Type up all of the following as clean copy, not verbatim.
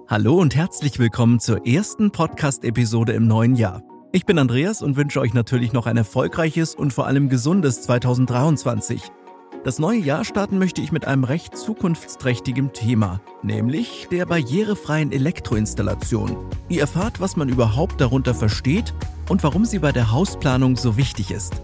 Hallo und herzlich willkommen zur ersten Podcast-Episode im neuen Jahr. Ich bin Andreas und wünsche euch natürlich noch ein erfolgreiches und vor allem gesundes 2023. Das neue Jahr starten möchte ich mit einem recht zukunftsträchtigen Thema, nämlich der barrierefreien Elektroinstallation. Ihr erfahrt, was man überhaupt darunter versteht und warum sie bei der Hausplanung so wichtig ist.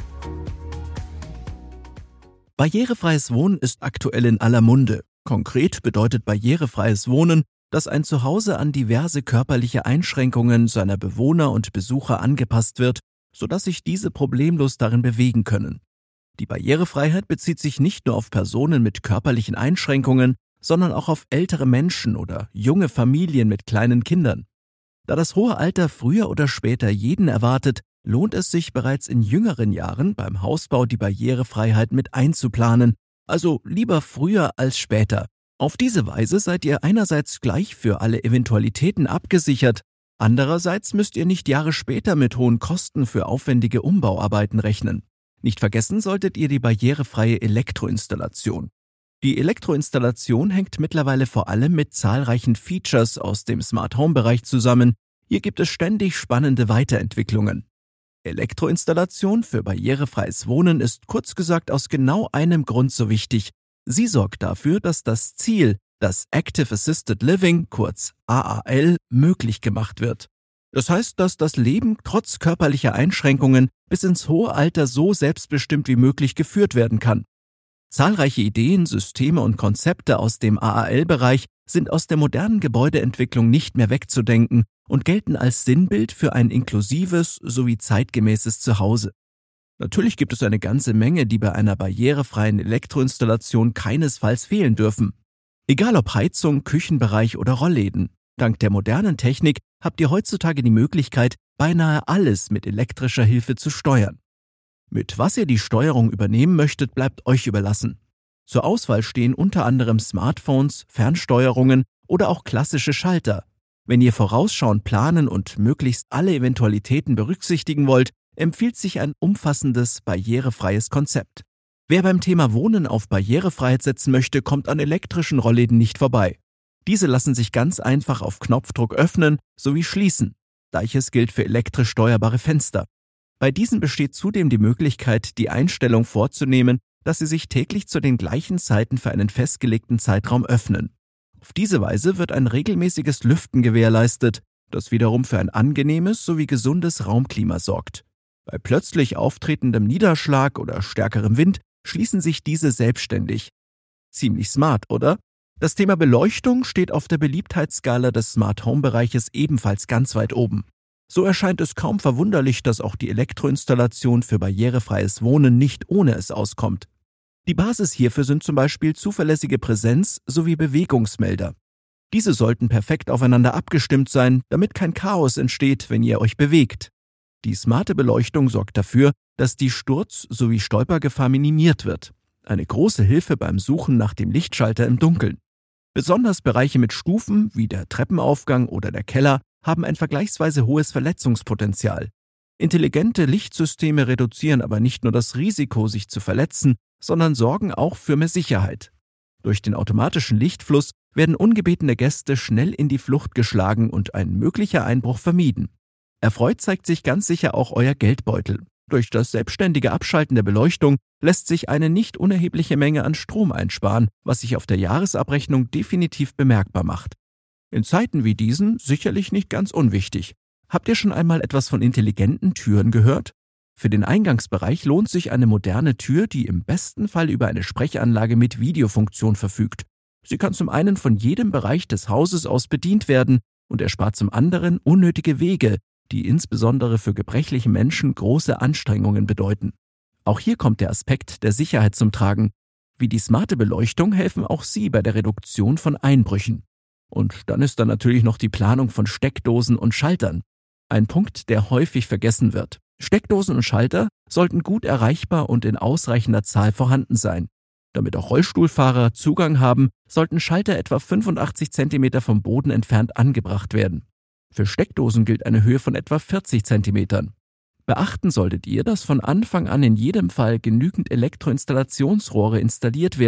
Barrierefreies Wohnen ist aktuell in aller Munde. Konkret bedeutet barrierefreies Wohnen, dass ein Zuhause an diverse körperliche Einschränkungen seiner Bewohner und Besucher angepasst wird, sodass sich diese problemlos darin bewegen können. Die Barrierefreiheit bezieht sich nicht nur auf Personen mit körperlichen Einschränkungen, sondern auch auf ältere Menschen oder junge Familien mit kleinen Kindern. Da das hohe Alter früher oder später jeden erwartet, lohnt es sich bereits in jüngeren Jahren beim Hausbau die Barrierefreiheit mit einzuplanen, also lieber früher als später. Auf diese Weise seid ihr einerseits gleich für alle Eventualitäten abgesichert, andererseits müsst ihr nicht Jahre später mit hohen Kosten für aufwendige Umbauarbeiten rechnen. Nicht vergessen solltet ihr die barrierefreie Elektroinstallation. Die Elektroinstallation hängt mittlerweile vor allem mit zahlreichen Features aus dem Smart Home Bereich zusammen. Hier gibt es ständig spannende Weiterentwicklungen. Elektroinstallation für barrierefreies Wohnen ist kurz gesagt aus genau einem Grund so wichtig. Sie sorgt dafür, dass das Ziel, das Active Assisted Living, kurz AAL, möglich gemacht wird. Das heißt, dass das Leben trotz körperlicher Einschränkungen bis ins hohe Alter so selbstbestimmt wie möglich geführt werden kann. Zahlreiche Ideen, Systeme und Konzepte aus dem AAL-Bereich sind aus der modernen Gebäudeentwicklung nicht mehr wegzudenken und gelten als Sinnbild für ein inklusives sowie zeitgemäßes Zuhause. Natürlich gibt es eine ganze Menge, die bei einer barrierefreien Elektroinstallation keinesfalls fehlen dürfen. Egal ob Heizung, Küchenbereich oder Rollläden. Dank der modernen Technik habt ihr heutzutage die Möglichkeit, beinahe alles mit elektrischer Hilfe zu steuern. Mit was ihr die Steuerung übernehmen möchtet, bleibt euch überlassen. Zur Auswahl stehen unter anderem Smartphones, Fernsteuerungen oder auch klassische Schalter. Wenn ihr vorausschauend planen und möglichst alle Eventualitäten berücksichtigen wollt, empfiehlt sich ein umfassendes, barrierefreies Konzept. Wer beim Thema Wohnen auf Barrierefreiheit setzen möchte, kommt an elektrischen Rollläden nicht vorbei. Diese lassen sich ganz einfach auf Knopfdruck öffnen sowie schließen. Gleiches gilt für elektrisch steuerbare Fenster. Bei diesen besteht zudem die Möglichkeit, die Einstellung vorzunehmen, dass sie sich täglich zu den gleichen Zeiten für einen festgelegten Zeitraum öffnen. Auf diese Weise wird ein regelmäßiges Lüften gewährleistet, das wiederum für ein angenehmes sowie gesundes Raumklima sorgt. Bei plötzlich auftretendem Niederschlag oder stärkerem Wind schließen sich diese selbstständig. Ziemlich smart, oder? Das Thema Beleuchtung steht auf der Beliebtheitsskala des Smart Home Bereiches ebenfalls ganz weit oben. So erscheint es kaum verwunderlich, dass auch die Elektroinstallation für barrierefreies Wohnen nicht ohne es auskommt. Die Basis hierfür sind zum Beispiel zuverlässige Präsenz- sowie Bewegungsmelder. Diese sollten perfekt aufeinander abgestimmt sein, damit kein Chaos entsteht, wenn ihr euch bewegt. Die smarte Beleuchtung sorgt dafür, dass die Sturz- sowie Stolpergefahr minimiert wird. Eine große Hilfe beim Suchen nach dem Lichtschalter im Dunkeln. Besonders Bereiche mit Stufen, wie der Treppenaufgang oder der Keller, haben ein vergleichsweise hohes Verletzungspotenzial. Intelligente Lichtsysteme reduzieren aber nicht nur das Risiko, sich zu verletzen, sondern sorgen auch für mehr Sicherheit. Durch den automatischen Lichtfluss werden ungebetene Gäste schnell in die Flucht geschlagen und ein möglicher Einbruch vermieden. Erfreut zeigt sich ganz sicher auch euer Geldbeutel. Durch das selbstständige Abschalten der Beleuchtung lässt sich eine nicht unerhebliche Menge an Strom einsparen, was sich auf der Jahresabrechnung definitiv bemerkbar macht. In Zeiten wie diesen sicherlich nicht ganz unwichtig. Habt ihr schon einmal etwas von intelligenten Türen gehört? Für den Eingangsbereich lohnt sich eine moderne Tür, die im besten Fall über eine Sprechanlage mit Videofunktion verfügt. Sie kann zum einen von jedem Bereich des Hauses aus bedient werden und erspart zum anderen unnötige Wege, die insbesondere für gebrechliche Menschen große Anstrengungen bedeuten. Auch hier kommt der Aspekt der Sicherheit zum Tragen. Wie die smarte Beleuchtung helfen auch sie bei der Reduktion von Einbrüchen. Und dann ist da natürlich noch die Planung von Steckdosen und Schaltern. Ein Punkt, der häufig vergessen wird. Steckdosen und Schalter sollten gut erreichbar und in ausreichender Zahl vorhanden sein. Damit auch Rollstuhlfahrer Zugang haben, sollten Schalter etwa 85 cm vom Boden entfernt angebracht werden. Für Steckdosen gilt eine Höhe von etwa 40 cm. Beachten solltet ihr, dass von Anfang an in jedem Fall genügend Elektroinstallationsrohre installiert werden,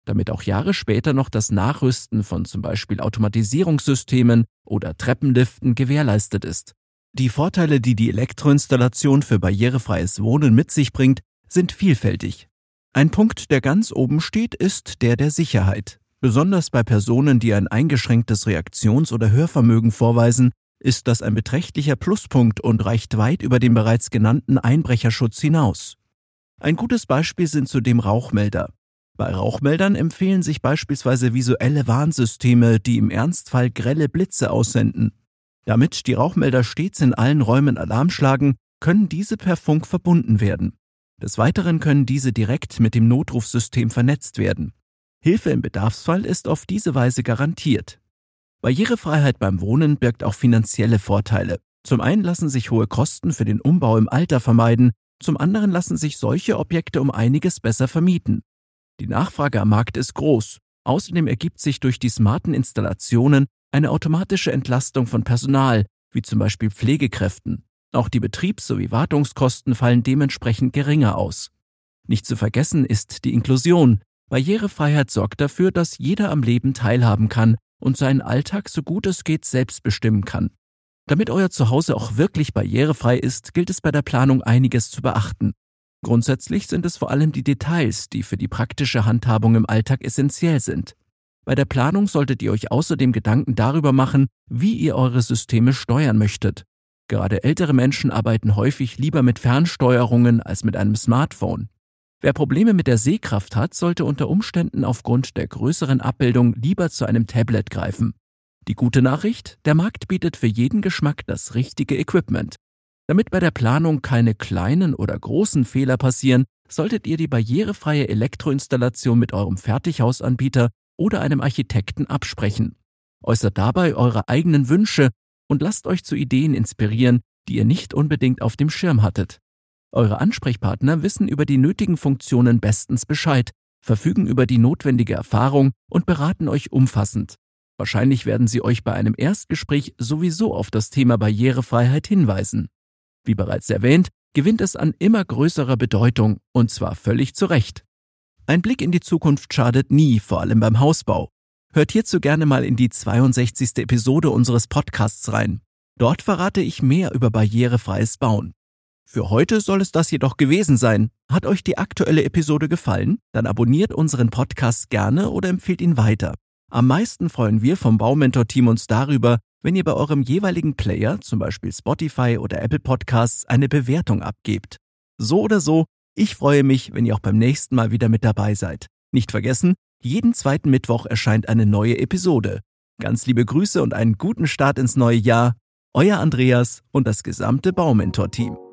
damit auch Jahre später noch das Nachrüsten von zum Beispiel Automatisierungssystemen oder Treppenliften gewährleistet ist. Die Vorteile, die die Elektroinstallation für barrierefreies Wohnen mit sich bringt, sind vielfältig. Ein Punkt, der ganz oben steht, ist der der Sicherheit. Besonders bei Personen, die ein eingeschränktes Reaktions- oder Hörvermögen vorweisen, ist das ein beträchtlicher Pluspunkt und reicht weit über den bereits genannten Einbrecherschutz hinaus. Ein gutes Beispiel sind zudem Rauchmelder. Bei Rauchmeldern empfehlen sich beispielsweise visuelle Warnsysteme, die im Ernstfall grelle Blitze aussenden. Damit die Rauchmelder stets in allen Räumen Alarm schlagen, können diese per Funk verbunden werden. Des Weiteren können diese direkt mit dem Notrufsystem vernetzt werden. Hilfe im Bedarfsfall ist auf diese Weise garantiert. Barrierefreiheit beim Wohnen birgt auch finanzielle Vorteile. Zum einen lassen sich hohe Kosten für den Umbau im Alter vermeiden, zum anderen lassen sich solche Objekte um einiges besser vermieten. Die Nachfrage am Markt ist groß. Außerdem ergibt sich durch die smarten Installationen eine automatische Entlastung von Personal, wie zum Beispiel Pflegekräften. Auch die Betriebs- sowie Wartungskosten fallen dementsprechend geringer aus. Nicht zu vergessen ist die Inklusion. Barrierefreiheit sorgt dafür, dass jeder am Leben teilhaben kann und seinen Alltag so gut es geht selbst bestimmen kann. Damit euer Zuhause auch wirklich barrierefrei ist, gilt es bei der Planung einiges zu beachten. Grundsätzlich sind es vor allem die Details, die für die praktische Handhabung im Alltag essentiell sind. Bei der Planung solltet ihr euch außerdem Gedanken darüber machen, wie ihr eure Systeme steuern möchtet. Gerade ältere Menschen arbeiten häufig lieber mit Fernsteuerungen als mit einem Smartphone. Wer Probleme mit der Sehkraft hat, sollte unter Umständen aufgrund der größeren Abbildung lieber zu einem Tablet greifen. Die gute Nachricht: Der Markt bietet für jeden Geschmack das richtige Equipment. Damit bei der Planung keine kleinen oder großen Fehler passieren, solltet ihr die barrierefreie Elektroinstallation mit eurem Fertighausanbieter oder einem Architekten absprechen. Äußert dabei eure eigenen Wünsche und lasst euch zu Ideen inspirieren, die ihr nicht unbedingt auf dem Schirm hattet. Eure Ansprechpartner wissen über die nötigen Funktionen bestens Bescheid, verfügen über die notwendige Erfahrung und beraten euch umfassend. Wahrscheinlich werden sie euch bei einem Erstgespräch sowieso auf das Thema Barrierefreiheit hinweisen. Wie bereits erwähnt, gewinnt es an immer größerer Bedeutung, und zwar völlig zu Recht. Ein Blick in die Zukunft schadet nie, vor allem beim Hausbau. Hört hierzu gerne mal in die 62. Episode unseres Podcasts rein. Dort verrate ich mehr über barrierefreies Bauen. Für heute soll es das jedoch gewesen sein. Hat euch die aktuelle Episode gefallen? Dann abonniert unseren Podcast gerne oder empfehlt ihn weiter. Am meisten freuen wir vom Baumentor-Team uns darüber, wenn ihr bei eurem jeweiligen Player, zum Beispiel Spotify oder Apple Podcasts, eine Bewertung abgebt. So oder so, ich freue mich, wenn ihr auch beim nächsten Mal wieder mit dabei seid. Nicht vergessen, jeden zweiten Mittwoch erscheint eine neue Episode. Ganz liebe Grüße und einen guten Start ins neue Jahr. Euer Andreas und das gesamte Baumentor-Team.